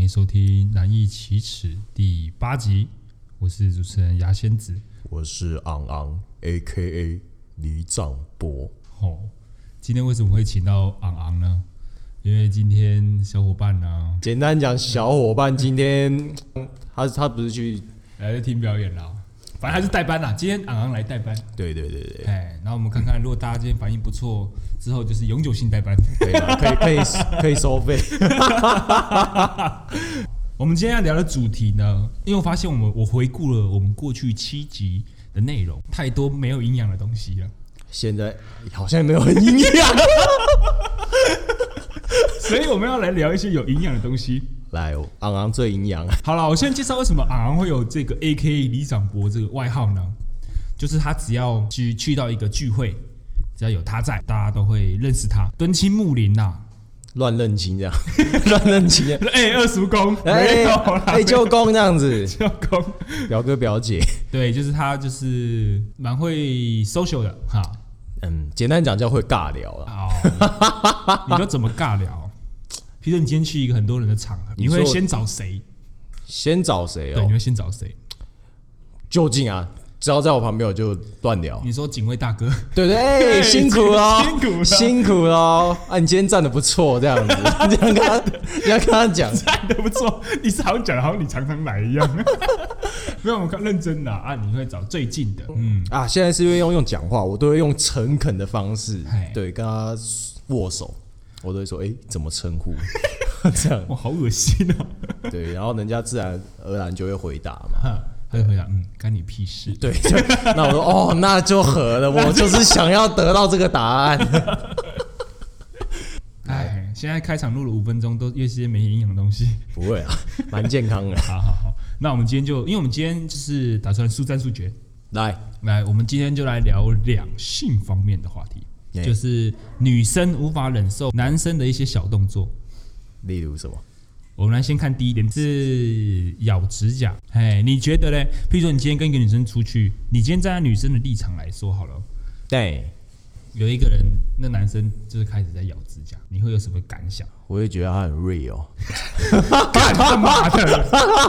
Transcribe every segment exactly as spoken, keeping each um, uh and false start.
迎收听《难易启齿》第八集，我是主持人牙仙子， 我是昂昂 A K A 李长波。 哦，今天为什么会请到昂昂呢？因为今天小伙伴呢、啊， 简单讲，小伙伴今天他他不是去来听表演啦，反正还是代班啦。今天昂昂来代班， 对对对对， 哎，然后我们看看，如果大家今天反应不错，之后就是永久性代班， 可以吧？可以可以可以收费。 我们今天要聊的主题呢，因为我发现我们我回顾了我们过去七集的内容，太多没有营养的东西了。 现在好像没有很营养， 所以我们要来聊一些有营养的东西。 来，昂昂最营养。 好了，我先介绍为什么昂昂会有这个 A K A 李长博这个外号呢？就是他只要去去到一个聚会，只要有他在，大家都会认识他，敦亲睦邻呐。 乱认亲这样，乱认亲。 哎、欸，二叔公， 哎哎，舅公这样子， 舅公， 表哥表姐， 对，就是他，就是蛮会 social 的哈。 嗯，简单讲叫会尬聊了。 哦，你都怎么尬聊？比如你今天去一个很多人的场合，你会先找谁？ 先找谁哦？ 对，你会先找谁？ 就近啊。只要在我旁边，我就乱聊。 你说警卫大哥， 对对，哎、欸，辛苦了， 辛苦了， 辛苦了啊！你今天站得不错，这样子，这样跟他，这样跟他讲， 站得不错。你是好像讲的好像你常常来一样。没有，我们看认真的 啊, 啊，你会找最近的，嗯啊，现在是因为用用讲话，我都会用诚恳的方式，对，跟他握手，我都会说，哎、欸，怎么称呼？这样， 哇，好恶心啊！ 对，然后人家自然而然就会回答嘛。 他就回答：“嗯，干你屁事。” 对，那我说：“哦，那就合了，我就是想要得到这个答案。” 哎，现在开场录了五分钟，都又是些没营养的东西。 不会啊，蛮健康的。 好好好，那我们今天就，因为我们今天就是打算速战速决， 来来，我们今天就来聊两性方面的话题，就是女生无法忍受男生的一些小动作， 例如什么？ 我们来先看第一点是咬指甲，哎，你觉得呢？譬如说你今天跟一个女生出去，你今天站在女生的立场来说好了， 对， 有一个人，那男生就是开始在咬指甲，你会有什么感想？ 我会觉得他很 real， 干他妈的！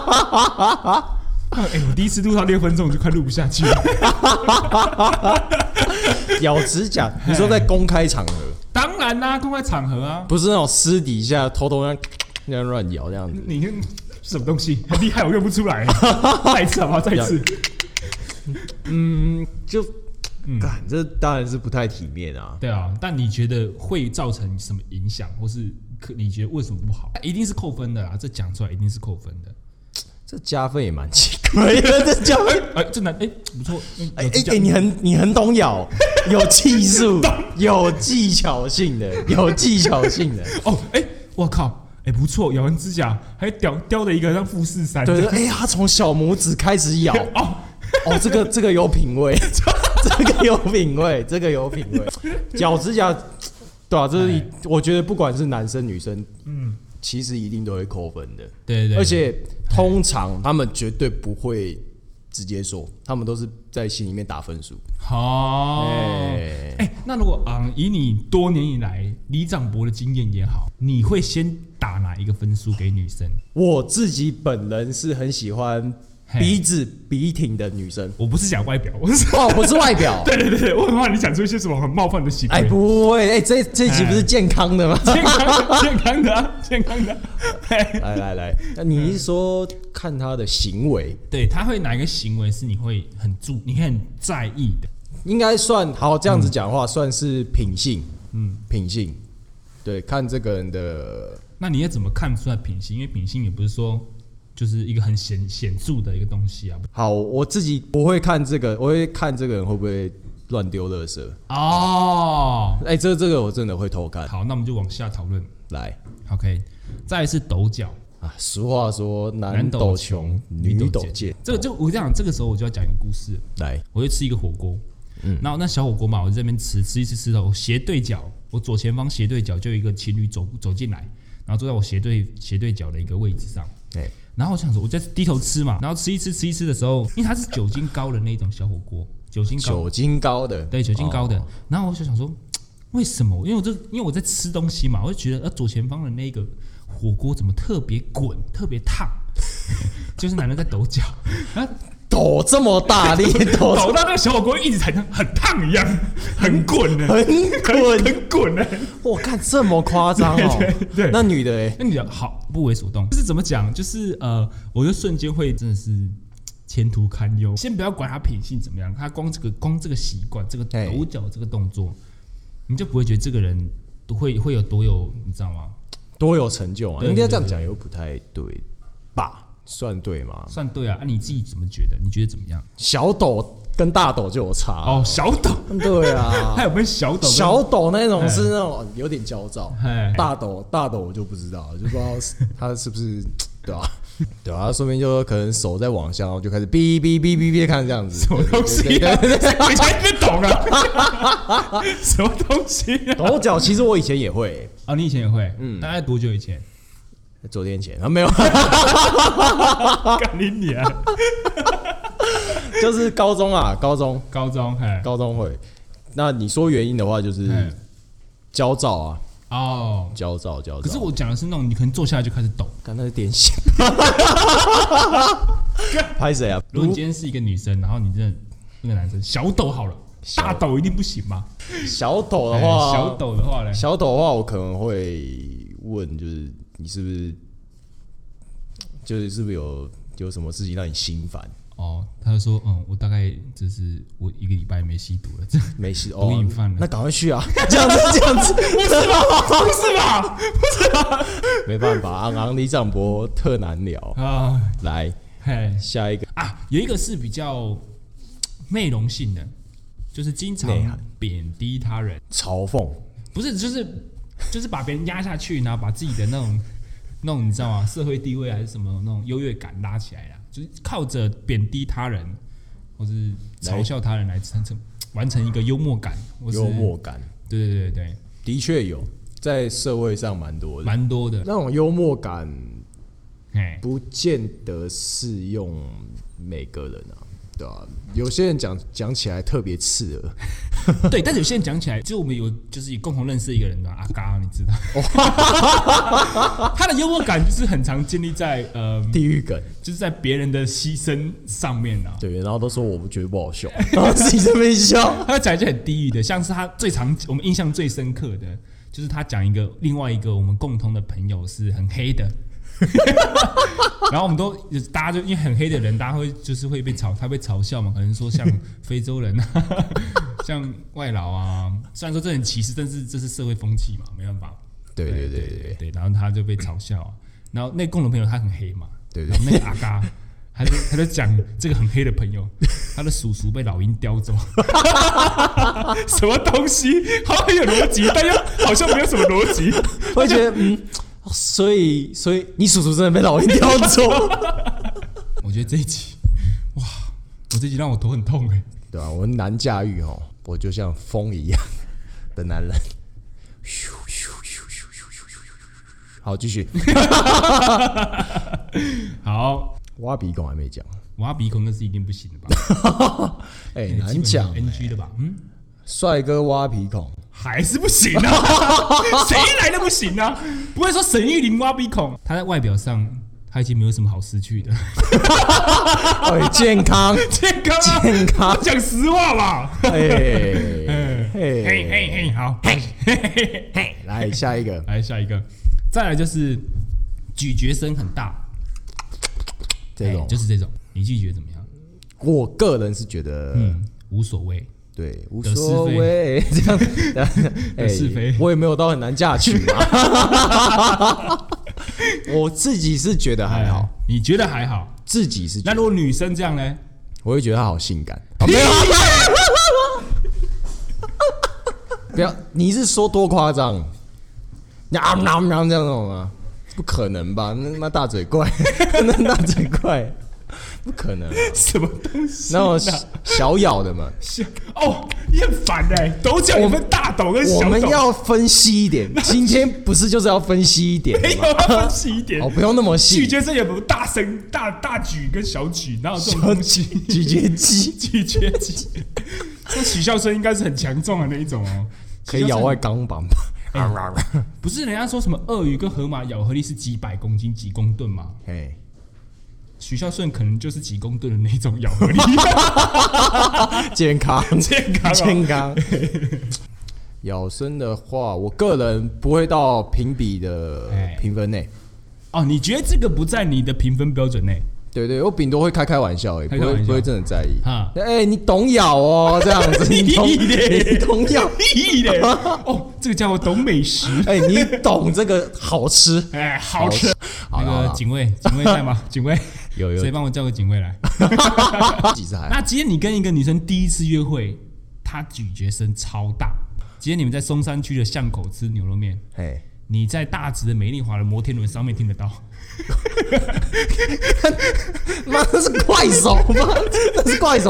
哎、欸，我第一次录到六分钟，我就快录不下去了。 咬指甲，你说在公开场合？ 当然啦、啊，公开场合啊， 不是那种私底下偷偷那那样乱咬这样子。 你看什么东西很厉害，我用不出来。再一次好不好？再一次。 嗯，就，嗯，这当然是不太体面啊。 对啊，但你觉得会造成什么影响，或是你觉得为什么不好？一定是扣分的啦，这讲出来一定是扣分的。 这加分也蛮奇怪的，这加分， 哎、欸，这男哎、欸、不错， 哎哎哎，你很你很懂咬，有技术，有技巧性的，有技巧性的。 哦，哎、欸，我靠，哎、欸、不错，咬完指甲还叼叼了一个像富士山。 对对，哎、欸，他从小拇指开始咬，哦哦，这个这个有品味，这个有品味，这个有品味。咬指甲，对啊，这是我觉得不管是男生女生，嗯。其实一定都会扣分的， 对 对, 對， 而且通常他们绝对不会直接说，他们都是在心里面打分数。 好，哎、欸欸，那如果啊、嗯，以你多年以来李长博的经验也好，你会先打哪一个分数给女生？ 我自己本人是很喜欢鼻子笔挺的女生。 我不是讲外表，我是哦，不是外表。 对对对，我很怕你讲出一些什么很冒犯的行为。 哎，不会，哎，这这集不是健康的吗？ 健康的，健康的、啊，健康的。 来来来，那你是说看他的行为？ 对，他会哪一个行为是你会很注、你会很在意的？ 应该算好，这样子讲话、嗯、算是品性。嗯，品性。对，看这个人的。 那你要怎么看出来品性？因为品性也不是说。就是一个很显显著的一个东西啊。 好，我自己不会看这个，我会看这个人会不会乱丢垃圾。哦，哎、欸，这这个我真的会偷看。 好，那我们就往下讨论。 来 ，OK， 再来是抖脚啊。俗话说，男抖穷，女抖贱。 这个就我讲，这个时候我就要讲一个故事。 来， 我就吃一个火锅，嗯，然后那小火锅嘛，我在这边吃吃一吃吃到我斜对角，我左前方斜对角就有一个情侣走走进来，然后坐在我斜对斜对角的一个位置上。对。然后我想说，我在低头吃嘛，然后吃一吃吃一吃的时候，因为它是酒精高的那种小火锅，酒精高， 酒精高的， 对，酒精高的。哦、然后我就想说，为什么？因为我这因为我在吃东西嘛，我就觉得呃左前方的那个火锅怎么特别滚，特别烫，就是男的在抖脚，然后抖这么大力， 抖抖到那个小火锅一直才像很烫一样，很滚的， 很滚， 很滚的。 我看这么夸张哦。 对对对， 那女的哎， 那女的好不为所动，就是怎么讲，就是呃，我就瞬间会真的是。前途堪忧。先不要管他品性怎么样，他光这个光这个习惯，这个抖脚这个动作，你就不会觉得这个人会会有多有，你知道吗？ 多有成就啊！应该这样讲又不太对吧？算对吗？ 算对啊！啊，你自己怎么觉得？你觉得怎么样？ 小抖跟大抖就有差哦，小抖对啊， 还有分小抖， 小抖那种是那种有点焦躁，大抖大抖我就不知道，就不知道他是不是对吧？对啊，说明就可能手在往下，然后就开始哔哔哔哔哔，看这样子， 什么东西、啊？我以前不懂啊，什么东西、啊？ 抖脚其实我以前也会、欸， 啊，你以前也会？嗯，大概多久以前？ 昨天前啊，没有， 干你娘！ 就是高中啊，高中， 高中， 高中会。那你说原因的话，就是焦躁啊。 哦， 焦躁焦躁。 可是我讲的是那种，你可能坐下来就开始抖， 刚才是癫痫。拍谁啊？ 如果你今天是一个女生，然后你真的那个男生小抖好了，大抖一定不行吗？ 小抖的话， 小抖的话呢？ 小抖的话，我可能会问，就是你是不是，就是是不是有有什么事情让你心烦？ 哦，他就说，嗯，我大概就是我一个礼拜没吸毒了，这没吸毒瘾犯了， 那赶快去啊！这样子，这样子， 不是吧？不是吧？不是吧？ 没办法，昂昂李长博特难聊啊！来，嘿，下一个啊，有一个是比较内容性的，就是经常贬低他人、 嘲讽， 不是，就是就是把别人压下去，然后把自己的那种那种你知道吗？社会地位还是什么那种优越感拉起来啦。就是靠着贬低他人，或是嘲笑他人来完成完成一个幽默感， 幽默感， 对对对对， 的确有，在社会上蛮多的， 蛮多的那种幽默感，不见得适用每个人啊，对啊，有些人讲讲起来特别刺耳， 对，但是有些人讲起来，就我们有就是共同认识一个人的阿嘎，你知道，他的幽默感就是很常建立在呃地狱梗， 就是在别人的牺牲上面啊。 对，然后都说我不觉得不好笑，然后自己这边笑， 他讲一些很地狱的，像是他最常我们印象最深刻的，就是他讲一个另外一个我们共同的朋友是很黑的。然后我们都大家就因为很黑的人，大家会就是会被嘲，他被嘲笑嘛，可能说像非洲人啊，像外劳啊，虽然说这很歧视，但是这是社会风气嘛，没办法。 对对对 对, 对, 对, 对，然后他就被嘲笑、啊，然后那个共同朋友他很黑嘛， 对对， 然后那个阿嘎，他就他就讲这个很黑的朋友，他的叔叔被老鹰叼走，什么东西？好像很有逻辑，但又好像没有什么逻辑， 我会觉得嗯。所以，所以你叔叔真的被老鹰叼走？ 我觉得这一集，哇，我这一集让我头很痛哎， 对吧、啊？我难驾驭哦，我就像风一样的男人。好，继续。 好， 挖鼻孔还没讲， 挖鼻孔那是一定不行的吧？ 哎、欸，难讲 ，N G 的吧？嗯， 帅哥挖鼻孔。 还是不行啊！谁来都不行啊！不会说沈玉琳挖鼻孔，他在外表上他已经没有什么好失去的。 哎，健康， 健康， 健康， 讲实话嘛。 哎， 嘿嘿嘿嘿，好，嘿嘿嘿，来下一个， 来下一个，再来就是咀嚼声很大， 这种就是这种，你拒绝怎么样？ 我个人是觉得嗯无所谓。 对，无所谓，这样的是非， 我也没有到很难嫁娶嘛。我自己是觉得还好， 你觉得还好？ 自己是。 那如果女生这样呢？ 我会觉得她好性感。没有，不要，你是说多夸张？喵喵喵这样吗？不可能吧？那那大嘴怪，那大嘴怪。不可能、啊， 什么东西、 啊？那种小咬的嘛。 哦，你很烦哎、欸！抖脚有分大抖跟小抖， 我们要分析一点。今天不是就是要分析一点？ 没有要分析一点。 哦，不用那么细。 咀嚼声有没有大声、大大举跟小举？哪有这种东西？ 咀嚼肌， 咀嚼肌。那取笑声应该是很强壮的那一种哦。 可以咬外钢板吧？ 哎、 欸，不是人家说什么鳄鱼跟河马咬合力是几百公斤、几公吨吗？ 嘿， 许孝顺可能就是几公吨的那种咬合力， 健康健康、哦、 健康。咬声的话，我个人不会到评比的评分内。 哦，你觉得这个不在你的评分标准内？ 对对，我顶多会开开玩笑，哎，不会不会真的在意。哎、欸，你懂咬哦，这样子，你懂你懂咬， 哦，这个家伙懂美食， 哎、欸，你懂这个好吃， 哎、欸，好吃。好那个警卫，警卫在吗？警卫， 有有， 谁帮我叫个警卫来？那今天你跟一个女生第一次约会，她咀嚼声超大。今天你们在松山区的巷口吃牛肉面，哎。你在大直的美丽华的摩天轮上面听得到， 妈那是怪手吗？那是怪手，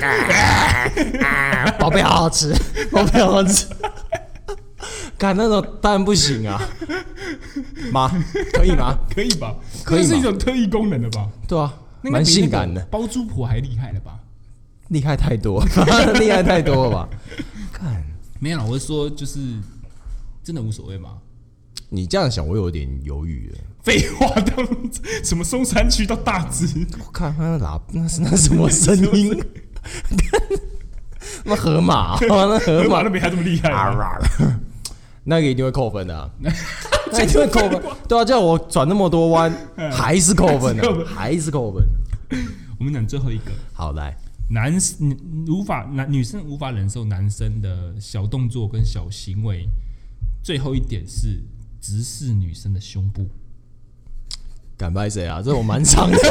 宝贝好好吃，宝贝好好吃，干那种当然不行啊，妈可以吗？ 可以吧？ 可以， 这是一种特异功能的吧？ 对啊，蛮性感的， 包租婆还厉害了吧？ 厉害太多，厉害太多了吧？看没有啦，我是说就是真的无所谓嘛。 你这样想，我有点犹豫了。 废话，到什么松山区到大直？ 我看那喇，那是那什么声音？那河马，那河马都没他这么厉害。 那个一定会扣分的、啊，那一定会扣分。对啊，叫我转那么多弯，还是扣分的，还是扣分。 我们讲最后一个， 好来， 男无法男女生无法忍受男生的小动作跟小行为。最后一点是。直视女生的胸部， 敢拍谁啊？这我蛮常的。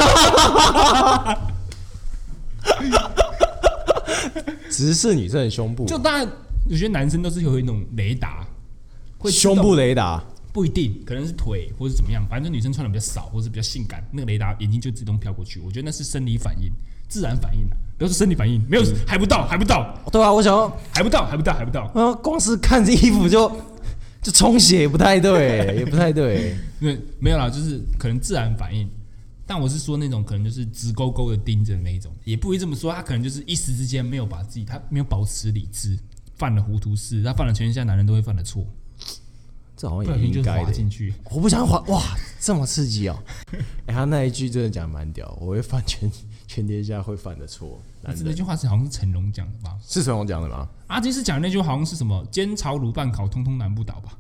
直视女生的胸部， 就当然，有些男生都是有一种雷达， 会胸部雷达， 不一定，可能是腿或是怎么样，反正女生穿的比较少，或是比较性感，那个雷达眼睛就自动飘过去。我觉得那是生理反应，自然反应啊，不要说生理反应，没有、嗯、还不到，还不到。 对啊，我想要还不到，还不到，还不到。 啊，光是看这衣服就。就充血也不太对，也不太对。 对，没有啦，就是可能自然反应。但我是说那种可能就是直勾勾的盯着的那一种，也不会这么说。他可能就是一时之间没有把自己，他没有保持理智，犯了糊涂事。他犯了全天下男人都会犯的错。 这好像也应该的。 进去， 我不想滑，哇，这么刺激哦！哎、欸，他那一句真的讲蛮屌，我会犯全全天下会犯的错。 那句话是好像是成龙讲的吧？ 是成龙讲的吗？ 阿基斯讲的那句好像是什么“煎炒卤拌烤，通通难不倒”吧？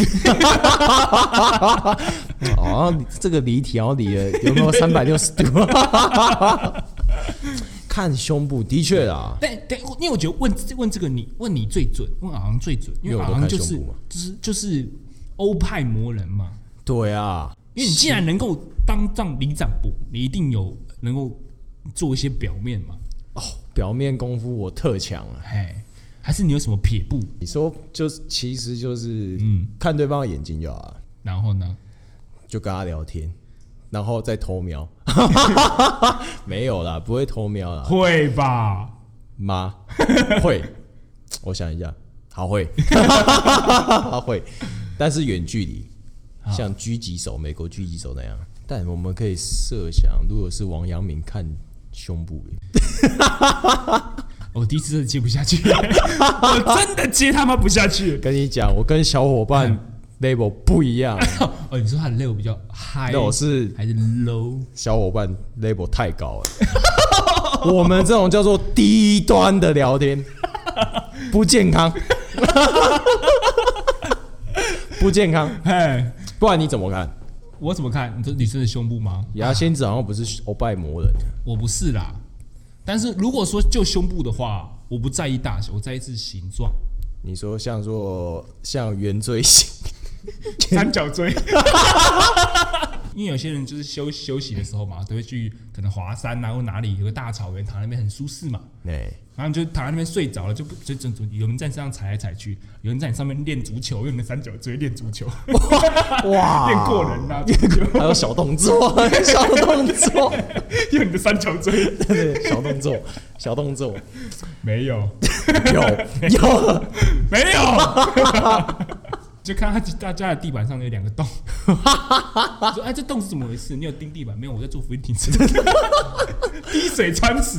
哦，这个离题，然后离了有没有三百六十度？看胸部，的确啦。 但但因为我觉得问问这个你问你最准，问昂最准，因为昂就是就是就是欧派魔人嘛。 对啊， 因为你既然能够当上里长部，你一定有能够做一些表面嘛。 哦，表面功夫我特强啊。 哎，还是你有什么撇步？ 你说就是其实就是嗯，看对方的眼睛就好了。 然后呢， 就跟他聊天。然后再偷瞄，没有啦，不会偷瞄啦。 会吧？ 妈，会。我想一下，好会，好会，但是远距离，像狙击手，美国狙击手那样。但我们可以设想，如果是王阳明看胸部， 我第一次真的接不下去，我真的接他妈不下去。 跟你讲，我跟小伙伴。level 不一样哦，你说他的 level 比较 high， 那我是还是 low？ 小伙伴 level 太高了，我们这种叫做低端的聊天，不健康，不健康。嘿，不然你怎么看？ 我怎么看？你说女生的胸部吗？ 牙仙子好像不是欧拜魔人， 我不是啦。但是如果说就胸部的话，我不在意大小，我在意是形状。 你说像说像圆锥形。 三角锥，因为有些人就是休休息的时候嘛，都会去可能华山啊，或哪里有个大草原，躺在那边很舒适嘛。对，然后你就躺在那边睡着了，就不就就有人在身上踩来踩去，有人在你上面练足球，用你的三角锥练足球，哇，练过人啊， 还有小动作，小动作， 用你的三角锥， 对对，小动作，小动作， 没有， 有有没有？就看他大家的地板上有两个洞，说：“哎，这洞是怎么回事？你有钉地板没有？我在做俯卧撑，滴水穿石，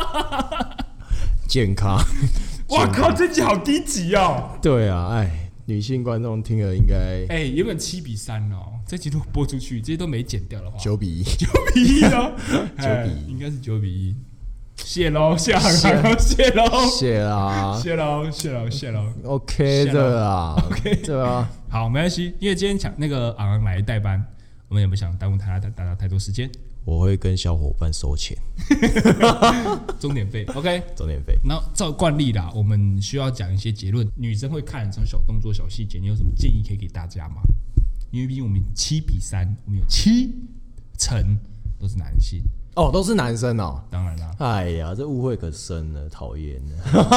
健康。 哇靠，这集好低级哦！ 对啊，哎， 女性观众听了应该， 哎、欸，原本七比三哦，这集都播出去，这些都没剪掉的话， 九比一， 九比一哦， 九比一， 应该是九比一。谢喽，谢航航，谢喽， 谢啦， 谢喽，谢喽，谢喽 ，OK 的啦 ，OK 对啊， 好，没关系，因为今天抢那个昂昂来代班，我们也不想耽误他大家太多时间。 我会跟小伙伴收钱， 钟点费 ，OK， 钟点费。 然后照惯例啦，我们需要讲一些结论。女生会看这种小动作、小细节，你有什么建议可以给大家吗？因为毕竟我们七比三，我们有七成都是男性。 哦，都是男生哦。 当然啦。 哎呀，这误会可深了，讨厌了。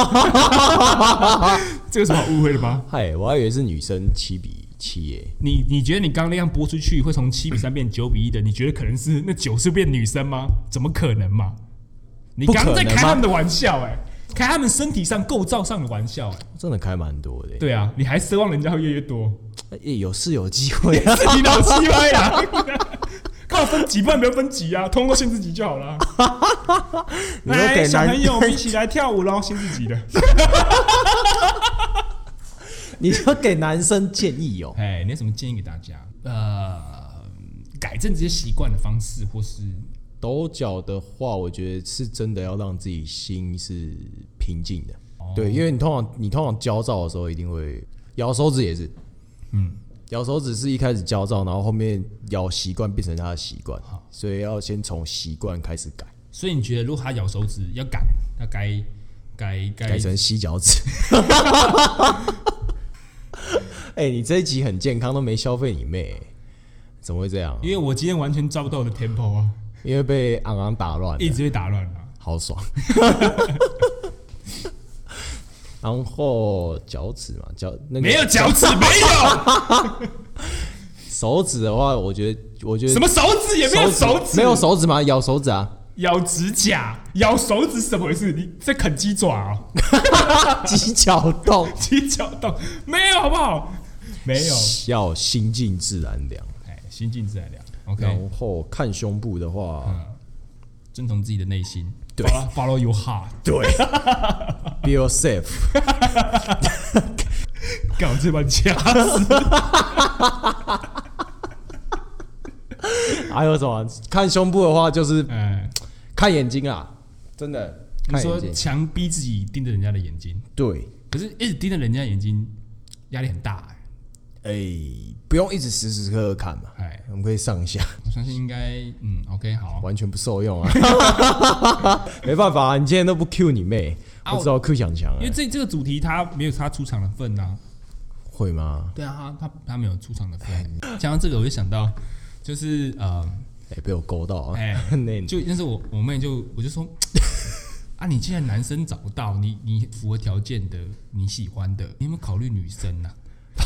这有什么好误会的吗？ 嗨，我还以为是女生七比七耶。 你你觉得你刚刚那样播出去会从七比三变九比一的？你觉得可能是那九是变女生吗？怎么可能嘛？你刚刚在开他们的玩笑哎、欸，开他们身体上构造上的玩笑哎、欸， 真的开蛮多的、欸。 对啊，你还奢望人家会越来越多？ 欸、有是有机会啊， 是你脑鸡歪啦！看我分级，不然不要分级啊，通过限制级就好了。来，小朋友，我们一起来跳舞喽！限制级的， 你就给男生建议哦。 哎，你有什么建议给大家？呃，改正这些习惯的方式，或是抖脚的话，我觉得是真的要让自己心是平静的。哦、对，因为你通常你通常焦躁的时候，一定会咬手指，也是，嗯。咬手指是一开始焦躁，然后后面咬习惯变成他的习惯，所以要先从习惯开始改。 所以你觉得，如果他咬手指要改，要改改改改成吸脚趾？哎、欸，你这一集很健康，都没消费你妹、欸，怎么会这样、啊？ 因为我今天完全抓不到我的 tempo 啊， 因为被昂昂打乱， 一直被打乱了， 好爽。然后脚趾嘛，脚那个没有脚趾，没有手指的话，我觉得，我觉得什么手指也没有手指， 没有手指吗？咬手指啊， 咬指甲，咬手指是怎么回事？你在啃鸡爪哦？ 鸡脚冻， 鸡脚冻没有好不好？没有， 要心静自然凉， 哎，心静自然凉。OK， 然后看胸部的话， 嗯，遵从自己的内心。 对 ，follow your heart。 对 ，be yourself。 干我这把掐死。 还有什么？看胸部的话，就是、 嗯、 看眼睛啊，真的。 你说强逼自己盯着人家的眼睛， 对， 可是一直盯着人家的眼睛，压力很大哎、欸。 哎、欸，不用一直时时刻刻看嘛，哎，我们可以上一下。 我相信应该，嗯 ，OK， 好， 完全不受用啊，没办法、啊，你今天都不 Q 你妹，啊、我只好 Q 强强、欸。 因为这这个主题他没有他出场的份啊， 会吗？ 对啊，他他他没有出场的份。讲到这个，我就想到，就是呃， 哎、欸，被我勾到啊， 哎、欸，就但是我我妹就我就说，啊，你既然男生找不到，你你符合条件的，你喜欢的，你有没有考虑女生啊？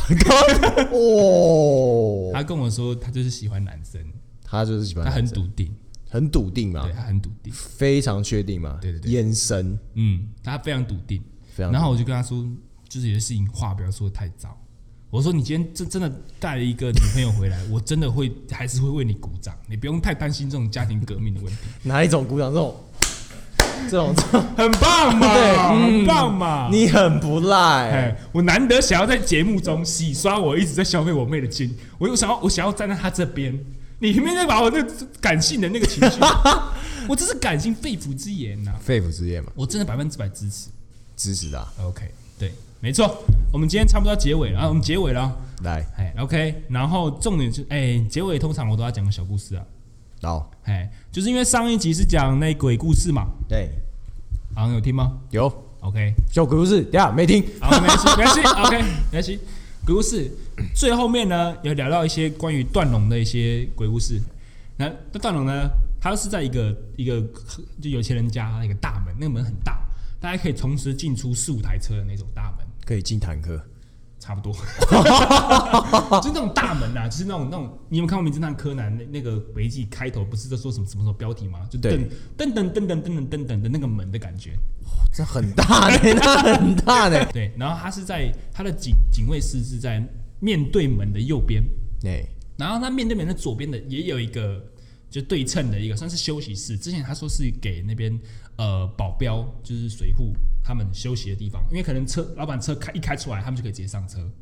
哦，他跟我说，他就是喜欢男生， 他就是喜欢男生， 他很笃定， 很笃定嘛， 对他很笃定， 非常确定嘛， 对对对， 眼神， 嗯，他非常笃定， 非常。 然后我就跟他说，就是有些事情话不要说太早。我说你今天真真的带了一个女朋友回来，我真的会还是会为你鼓掌，你不用太担心这种家庭革命的问题。 哪一种鼓掌？这种。这种很棒嘛，对，很棒嘛， 你很不赖。 我难得想要在节目中洗刷我一直在消费我妹的劲，我又想要，我想要站在她这边。你偏偏在把我那感性的那个情绪，我这是感性肺腑之言呐、啊， 肺腑之言嘛， 我真的百分之百支持， 支持啊。 OK， 对，没错。我们今天差不多要结尾了，啊，我们结尾了， 来， 哎 ，OK。然后重点是，哎，结尾通常我都要讲个小故事啊。 好， 哎，就是因为上一集是讲那鬼故事嘛， 对， 好像有听吗？ 有 ，OK， 小鬼故事，等下没听， 好，没关系，没关系 ，OK， 没关系。鬼故事最后面呢，有聊到一些关于断龙的一些鬼故事。那那断龙呢，它是在一个一个就有钱人家那个大门，那个门很大，大家可以同时进出四五台车的那种大门， 可以进坦克。 差不多，就是那种大门啊，就是那种那种，你有没有看过《名侦探柯南》那那个每一季开头不是在说什么什么什么标题吗？就噔噔噔噔噔噔噔噔的那个门的感觉， 这很大呢、欸，那很大呢、欸。 对，然后他是在他的警警卫室是在面对门的右边， 对， 然后他面对门的左边的也有一个就对称的一个算是休息室，之前他说是给那边呃保镖就是水户他们休息的地方，因为可能车老板车开一开出来，他们就可以直接上车。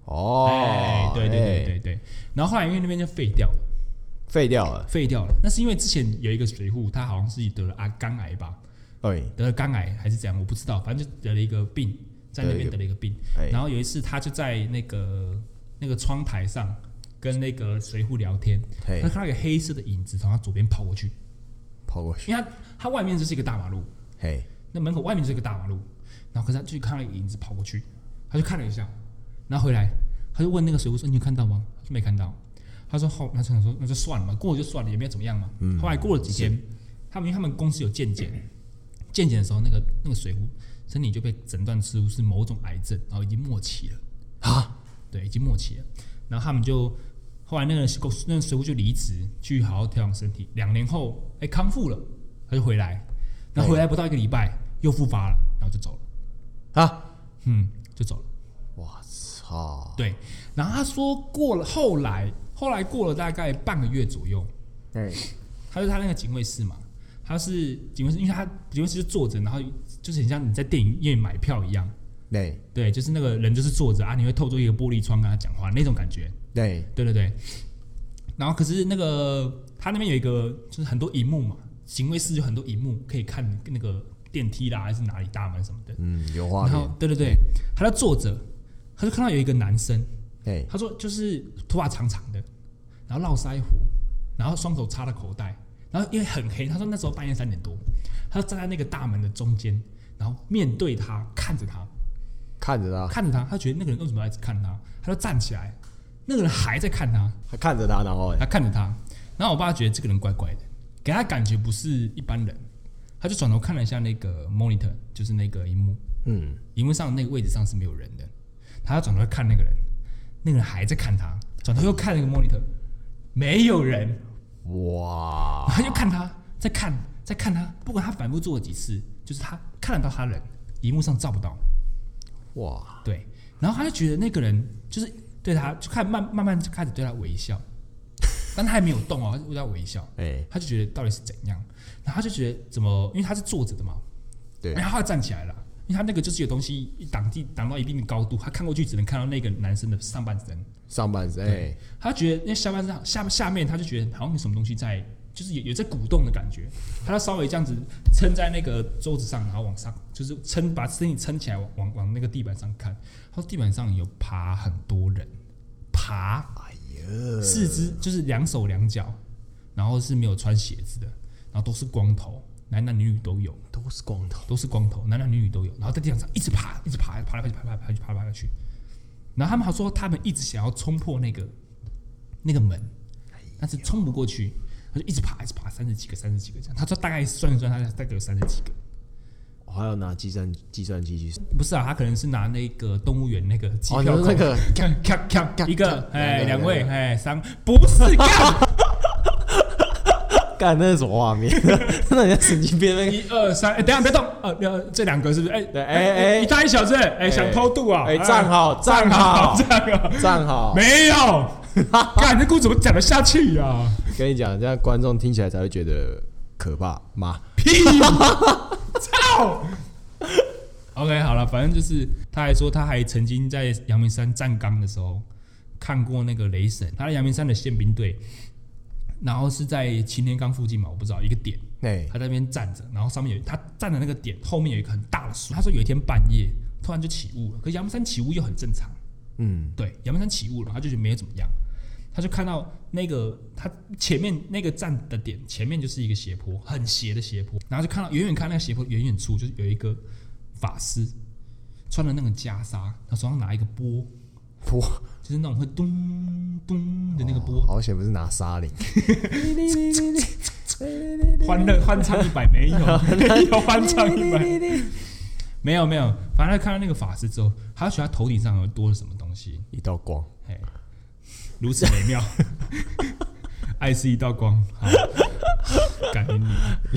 哦， 哎，对对对对对。然后后来因为那边就废掉了， 废掉了， 废掉了。那是因为之前有一个水户，他好像是得了啊肝癌吧？ 对， 得了肝癌还是怎样，我不知道，反正就得了一个病，在那边得了一个病。然后有一次，他就在那个那个窗台上跟那个水户聊天，他看到一个黑色的影子从他左边跑过去， 跑过去， 因为他他外面就是一个大马路， 嘿， 那门口外面就是一个大马路，然后可是他就看到一个影子跑过去，他就看了一下，然后回来，他就问那个水户说：“你有看到吗？”他说没看到。他说：“后，那想说那就算了嘛，过了就算了，也没有怎么样嘛。嗯”后来过了几天，他们因为他们公司有健检，健检的时候，那个那个水户身体就被诊断出是某种癌症，然后已经末期了啊，对，已经末期了。然后他们就后来那个那个水户就离职，去好好调养身体。两年后，哎、欸，康复了，他就回来，然后回来不到一个礼拜又复发了，然后就走了啊，嗯，就走了。 哇操！ 对，然后他说过了，后来后来过了大概半个月左右， 对， 他是他那个警卫室嘛，他是警卫室，因为他警卫室就坐着，然后就是很像你在电影院买票一样。 对对，就是那个人就是坐着啊，你会透过一个玻璃窗跟他讲话那种感觉。 对对对对。然后可是那个他那边有一个就是很多荧幕嘛，警卫室有很多荧幕可以看那个电梯啦还是哪里大门什么的。 嗯，有画面。 然后对对对，他在坐着，他就看到有一个男生， 对， 他说就是头发长长的，然后络腮胡，然后双手插在口袋，然后因为很黑，他说那时候半夜三点多，他就站在那个大门的中间，然后面对他看着他。 看着他， 看着他，他觉得那个人为什么要一直看他？他就站起来，那个人还在看他， 他看着他，然后他看着他，然后我爸觉得这个人怪怪的，给他感觉不是一般人，他就转头看了一下那个 monitor， 就是那个荧幕，嗯，荧幕上那个位置上是没有人的，他转头看那个人，那个人还在看他，转头又看那个 monitor， 没有人，哇，他就看他，再看，再看他，不管他反复做了几次，就是他看得到他人，荧幕上照不到。哇，对，然后他就觉得那个人就是对他，就看慢慢慢就开始对他微笑，但他还没有动哦，他就对他微笑，哎、欸，他就觉得到底是怎样，然后他就觉得怎么，因为他是坐着的嘛，对，然后他就站起来了，因为他那个就是有东西挡地挡到一定的高度，他看过去只能看到那个男生的上半身， 上半身，哎、欸， 他觉得那下半身下下面他就觉得好像有什么东西在。就是有有在鼓动的感觉，他就稍微这样子撑在那个桌子上，然后往上，就是撑把身体撑起来，往往往那个地板上看。他说地板上有爬很多人，爬，哎呀，四肢就是两手两脚，然后是没有穿鞋子的，然后都是光头，男男女女都有， 都是光头， 都是光头，男男女女都有，然后在地板上一直爬，一直爬，爬来爬去，爬来爬去，爬来爬去。然后他们还说他们一直想要冲破那个那个门，但是冲不过去。他就一直爬，一直爬，三十几个，三十几个这样。他说大概算一算，他大概有三十几个。 我、哦、还要拿计算计算机去？ 不是啊，他可能是拿那个动物园那个机票扣，哦、那个咔咔咔一个，哎，两位，哎，三，不是干， 干那是什么画面？那人家神经病那个。 一二三，哎，等一下别动，呃，这两个是不是？哎， 对，哎哎， 一大一小只，哎，想偷渡啊？ 哎，站好，站好， 站好， 站好， 没有。干，这故事怎么讲得下去呀、啊？ 跟你讲，这样观众听起来才会觉得可怕吗？ 屁！操 ！OK， 好了，反正就是他还说，他还曾经在阳明山站岗的时候看过那个雷神，他在阳明山的宪兵队，然后是在擎天岗附近嘛，我不知道一个点，他在那边站着，然后上面有他站的那个点后面有一个很大的树，他说有一天半夜突然就起雾了，可阳明山起雾又很正常，嗯，对，阳明山起雾了，他就觉得没有怎么样。他就看到那个他前面那个站的点前面就是一个斜坡，很斜的斜坡，然后就看到远远看那个斜坡远远处就是有一个法师穿了那个袈裟，他手上拿一个钵钵，就是那种会咚咚的那个钵。 哦、好险不是拿沙铃， 欢乐欢唱一百没有没有欢唱一百，没有没有，反正他看到那个法师之后，他觉得他头顶上有多了什么东西， 一道光。 如此美妙，爱是一道光，感恩你。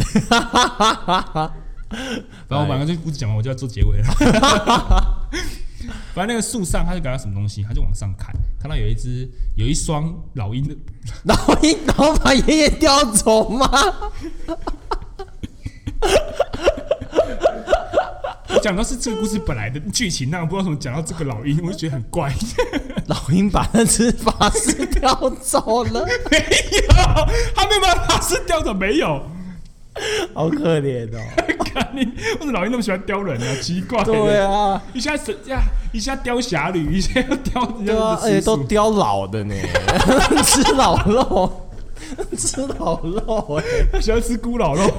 反正我把这个故事讲完，我就要做结尾了。反正那个树上，他就感到什么东西，他就往上看，看到有一只有一双老鹰的老鹰，然后把爷爷叼走吗？ 我讲的是这个故事本来的剧情，那我不知道怎么讲到这个老鹰，我就觉得很怪。 老鹰把那只法师叼走了， 没有，他没有把法师叼走，没有， 好可怜哦！ 看你，为什么老鹰那么喜欢叼人啊？奇怪。 对啊， 一下神呀，一下叼侠侣，一下又叼， 对啊，而且都叼老的呢，吃老肉，吃老肉哎、欸， 他喜欢吃咕老肉，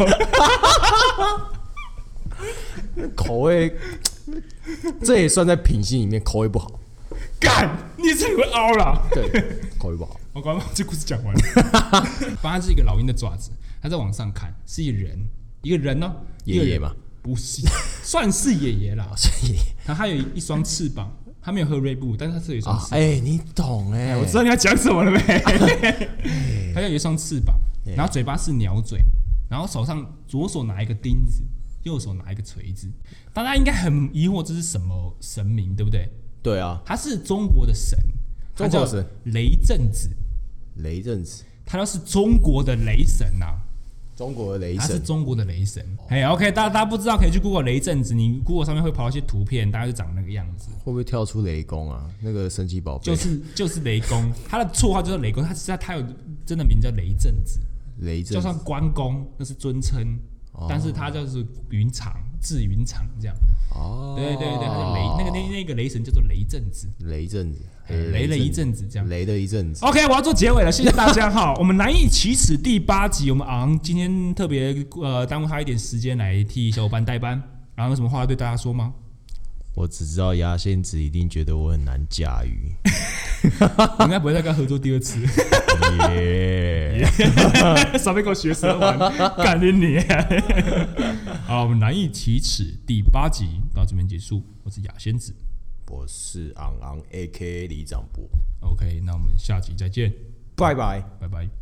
口味，这也算在品性里面口味不好。 干，你这会凹啦？ 对，口味不好。 我刚刚这故事讲完了。反正是一个老鹰的爪子，他在往上看，是一个人，一个人哦， 爷爷嘛， 不是，算是爷爷啦。 爷爷， 他还有一双翅膀，他没有喝瑞布，但是他是有一双翅膀。 哎、啊欸，你懂哎、欸， 我知道你要讲什么了没？他有一双翅膀，然后嘴巴是鸟嘴，然后手上左手拿一个钉子，右手拿一个锤子。大家应该很疑惑这是什么神明，对不对？ 对啊， 他是中国的神，他叫雷震子。 雷震子， 他就是中国的雷神呐、啊。 中国的雷神， 他是中国的雷神。哎、哦 hey, ，OK， 大家大家不知道可以去 Google 雷震子，你 Google 上面会跑一些图片，大概就长那个样子。 会不会跳出雷公啊？那个神奇宝贝就是就是雷公，他的绰号就是雷公，他实在他有真的名叫雷震子。 雷震就算关公那是尊称，哦、但是他就是云长，字云长这样。哦，对对对，他叫雷，那个那那个雷神叫做雷震子。 雷震子， 雷了一阵子这样。 雷了一阵子。 OK， 我要做结尾了，谢谢大家哈。我们难以启齿第八集，我们昂今天特别呃耽误他一点时间来替小伙伴代班，然后有什么话要对大家说吗？ 我只知道牙仙子一定觉得我很难驾驭， 应该不会再跟他合作第二次。耶！少别给我学舌玩，干你你！好，我们难以启齿第八集到这边结束。我是牙仙子， 我是昂昂 A K A 李长博。 OK， 那我们下集再见， 拜拜， 拜拜。